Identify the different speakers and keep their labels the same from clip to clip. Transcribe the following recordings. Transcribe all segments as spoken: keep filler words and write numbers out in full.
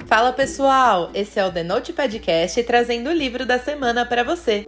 Speaker 1: Fala pessoal, esse é o The Note Podcast trazendo o livro da semana para você.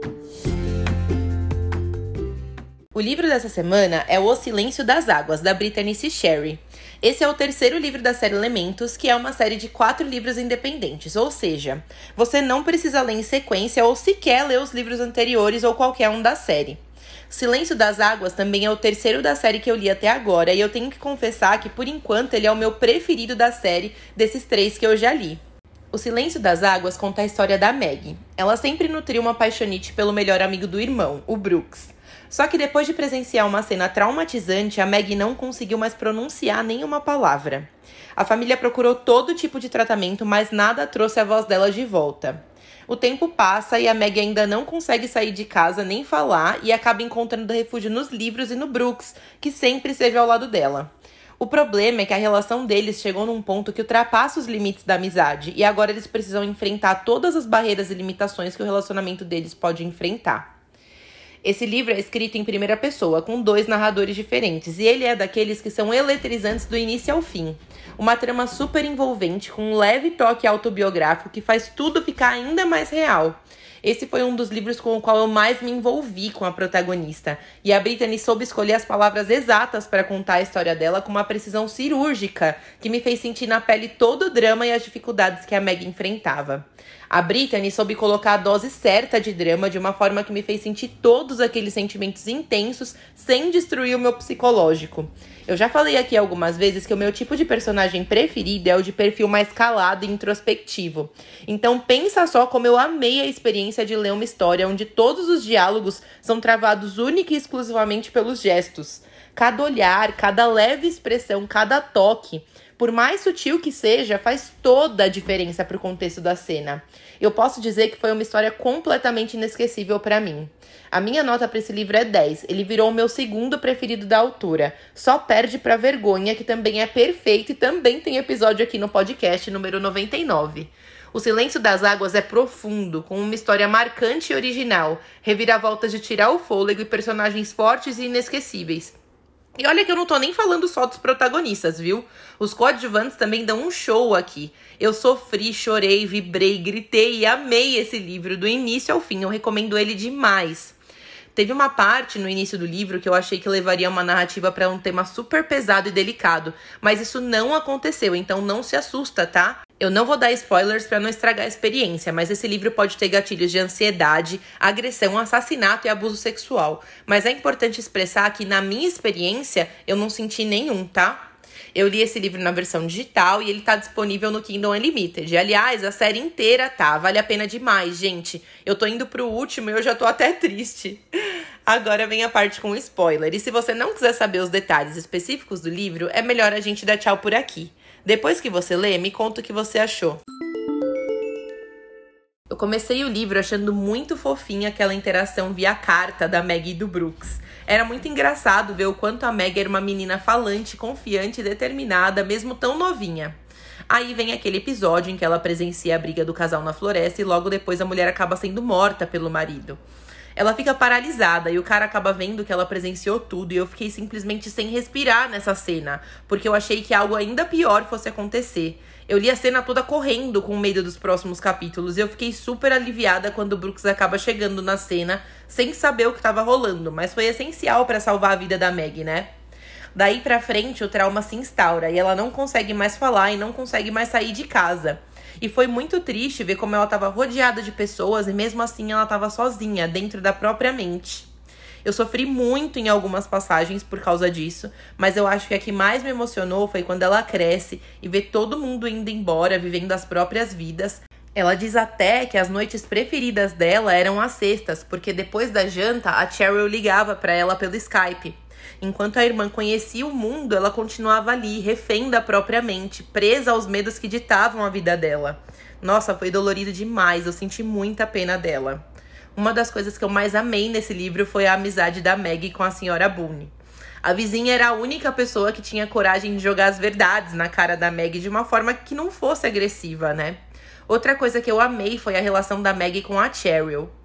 Speaker 1: O livro dessa semana é O Silêncio das Águas, da Brittany C. Sherry. Esse é o terceiro livro da série Elementos, que é uma série de quatro livros independentes, ou seja, você não precisa ler em sequência ou sequer ler os livros anteriores ou qualquer um da série. Silêncio das Águas também é o terceiro da série que eu li até agora, e eu tenho que confessar que, por enquanto, ele é o meu preferido da série desses três que eu já li. O Silêncio das Águas conta a história da Maggie. Ela sempre nutriu uma paixonite pelo melhor amigo do irmão, o Brooks. Só que depois de presenciar uma cena traumatizante, a Maggie não conseguiu mais pronunciar nenhuma palavra. A família procurou todo tipo de tratamento, mas nada trouxe a voz dela de volta. O tempo passa e a Maggie ainda não consegue sair de casa nem falar e acaba encontrando refúgio nos livros e no Brooks, que sempre esteve ao lado dela. O problema é que a relação deles chegou num ponto que ultrapassa os limites da amizade e agora eles precisam enfrentar todas as barreiras e limitações que o relacionamento deles pode enfrentar. Esse livro é escrito em primeira pessoa, com dois narradores diferentes, e ele é daqueles que são eletrizantes do início ao fim. Uma trama super envolvente, com um leve toque autobiográfico que faz tudo ficar ainda mais real. Esse foi um dos livros com o qual eu mais me envolvi com a protagonista, e a Brittany soube escolher as palavras exatas para contar a história dela com uma precisão cirúrgica, que me fez sentir na pele todo o drama e as dificuldades que a Maggie enfrentava. A Brittany soube colocar a dose certa de drama de uma forma que me fez sentir todos aqueles sentimentos intensos sem destruir o meu psicológico. Eu já falei aqui algumas vezes que o meu tipo de personagem preferido é o de perfil mais calado e introspectivo. Então pensa só como eu amei a experiência de ler uma história onde todos os diálogos são travados única e exclusivamente pelos gestos. Cada olhar, cada leve expressão, cada toque, por mais sutil que seja, faz toda a diferença para o contexto da cena. Eu posso dizer que foi uma história completamente inesquecível para mim. A minha nota para esse livro é dez. Ele virou o meu segundo preferido da autora. Só perde para Vergonha, que também é perfeito e também tem episódio aqui no podcast número noventa e nove. O Silêncio das Águas é profundo, com uma história marcante e original, reviravoltas de tirar o fôlego e personagens fortes e inesquecíveis. E olha que eu não tô nem falando só dos protagonistas, viu? Os coadjuvantes também dão um show aqui. Eu sofri, chorei, vibrei, gritei e amei esse livro do início ao fim. Eu recomendo ele demais. Teve uma parte no início do livro que eu achei que levaria uma narrativa para um tema super pesado e delicado, mas isso não aconteceu, então não se assusta, tá? Eu não vou dar spoilers para não estragar a experiência, mas esse livro pode ter gatilhos de ansiedade, agressão, assassinato e abuso sexual. Mas é importante expressar que, na minha experiência, eu não senti nenhum, tá? Eu li esse livro na versão digital e ele tá disponível no Kindle Unlimited. Aliás, a série inteira tá, vale a pena demais, gente. Eu tô indo pro último e eu já tô até triste. Agora vem a parte com spoiler. E se você não quiser saber os detalhes específicos do livro, é melhor a gente dar tchau por aqui. Depois que você lê, me conta o que você achou. Eu comecei o livro achando muito fofinha aquela interação via carta da Maggie e do Brooks. Era muito engraçado ver o quanto a Maggie era uma menina falante, confiante e determinada, mesmo tão novinha. Aí vem aquele episódio em que ela presencia a briga do casal na floresta e logo depois a mulher acaba sendo morta pelo marido. Ela fica paralisada e o cara acaba vendo que ela presenciou tudo e eu fiquei simplesmente sem respirar nessa cena, porque eu achei que algo ainda pior fosse acontecer. Eu li a cena toda correndo com medo dos próximos capítulos e eu fiquei super aliviada quando o Brooks acaba chegando na cena sem saber o que estava rolando, mas foi essencial para salvar a vida da Maggie, né? Daí pra frente o trauma se instaura e ela não consegue mais falar e não consegue mais sair de casa. E foi muito triste ver como ela estava rodeada de pessoas e mesmo assim ela estava sozinha, dentro da própria mente. Eu sofri muito em algumas passagens por causa disso, mas eu acho que a que mais me emocionou foi quando ela cresce e vê todo mundo indo embora, vivendo as próprias vidas. Ela diz até que as noites preferidas dela eram as sextas, porque depois da janta a Cheryl ligava para ela pelo Skype. Enquanto a irmã conhecia o mundo, ela continuava ali, refém da própria mente, presa aos medos que ditavam a vida dela. Nossa, foi dolorido demais, eu senti muita pena dela. Uma das coisas que eu mais amei nesse livro foi a amizade da Maggie com a senhora Boone. A vizinha era a única pessoa que tinha coragem de jogar as verdades na cara da Maggie de uma forma que não fosse agressiva, né? Outra coisa que eu amei foi a relação da Maggie com a Cheryl.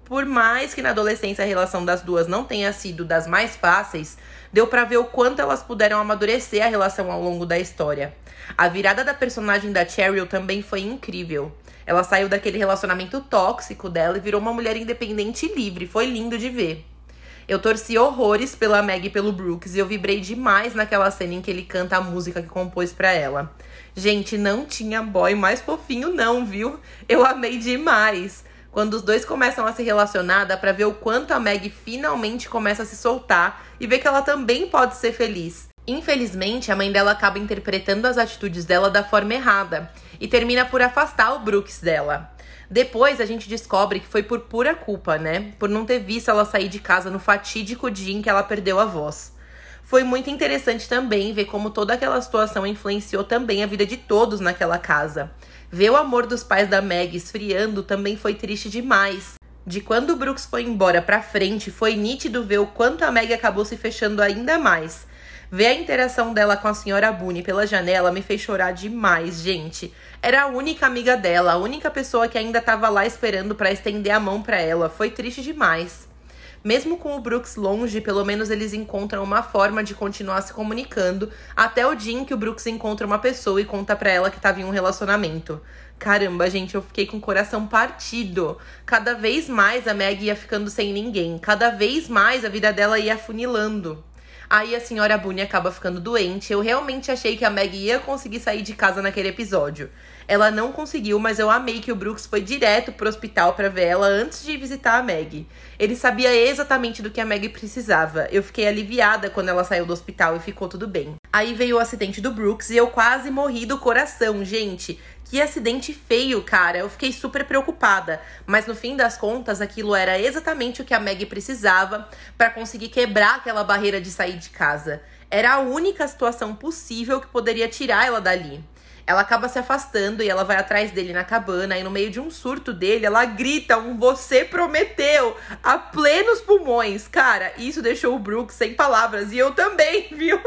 Speaker 1: por mais que na adolescência a relação das duas não tenha sido das mais fáceis, deu pra ver o quanto elas puderam amadurecer a relação ao longo da história. A virada da personagem da Cheryl também foi incrível. Ela saiu daquele relacionamento tóxico dela e virou uma mulher independente e livre. Foi lindo de ver. Eu torci horrores pela Meg e pelo Brooks e eu vibrei demais naquela cena em que ele canta a música que compôs pra ela. Gente, não tinha boy mais fofinho não, viu? Eu amei demais. Quando os dois começam a se relacionar, dá pra ver o quanto a Meg finalmente começa a se soltar e ver que ela também pode ser feliz. Infelizmente, a mãe dela acaba interpretando as atitudes dela da forma errada e termina por afastar o Brooks dela. Depois, a gente descobre que foi por pura culpa, né? Por não ter visto ela sair de casa no fatídico dia em que ela perdeu a voz. Foi muito interessante também ver como toda aquela situação influenciou também a vida de todos naquela casa. Ver o amor dos pais da Meg esfriando também foi triste demais. De quando o Brooks foi embora pra frente, foi nítido ver o quanto a Meg acabou se fechando ainda mais. Ver a interação dela com a senhora Boone pela janela me fez chorar demais, gente. Era a única amiga dela, a única pessoa que ainda estava lá esperando pra estender a mão pra ela. Foi triste demais. Mesmo com o Brooks longe, pelo menos eles encontram uma forma de continuar se comunicando até o dia em que o Brooks encontra uma pessoa e conta pra ela que tava em um relacionamento. Caramba, gente, eu fiquei com o coração partido. Cada vez mais a Meg ia ficando sem ninguém. Cada vez mais a vida dela ia afunilando. Aí a senhora Boone acaba ficando doente. Eu realmente achei que a Meg ia conseguir sair de casa naquele episódio. Ela não conseguiu, mas eu amei que o Brooks foi direto pro hospital pra ver ela antes de visitar a Meg. Ele sabia exatamente do que a Meg precisava. Eu fiquei aliviada quando ela saiu do hospital e ficou tudo bem. Aí veio o acidente do Brooks e eu quase morri do coração, gente. Que acidente feio, cara. Eu fiquei super preocupada. Mas no fim das contas, aquilo era exatamente o que a Meg precisava pra conseguir quebrar aquela barreira de sair de casa. Era a única situação possível que poderia tirar ela dali. Ela acaba se afastando e ela vai atrás dele na cabana. E no meio de um surto dele, ela grita um "você prometeu" a plenos pulmões. Cara, isso deixou o Brooks sem palavras. E eu também, viu?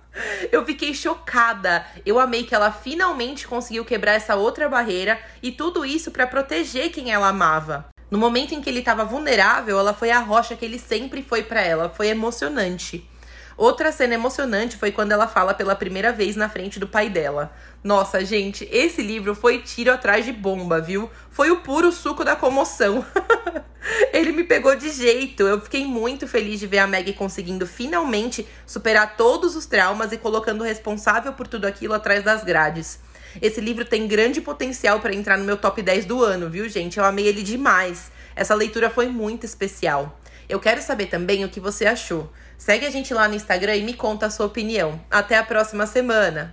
Speaker 1: Eu fiquei chocada. Eu amei que ela finalmente conseguiu quebrar essa outra barreira. E tudo isso pra proteger quem ela amava. No momento em que ele estava vulnerável, ela foi a rocha que ele sempre foi pra ela. Foi emocionante. Outra cena emocionante foi quando ela fala pela primeira vez na frente do pai dela. Nossa, gente, esse livro foi tiro atrás de bomba, viu? Foi o puro suco da comoção. Ele me pegou de jeito. Eu fiquei muito feliz de ver a Meg conseguindo finalmente superar todos os traumas e colocando o responsável por tudo aquilo atrás das grades. Esse livro tem grande potencial para entrar no meu top dez do ano, viu, gente? Eu amei ele demais. Essa leitura foi muito especial. Eu quero saber também o que você achou. Segue a gente lá no Instagram e me conta a sua opinião. Até a próxima semana!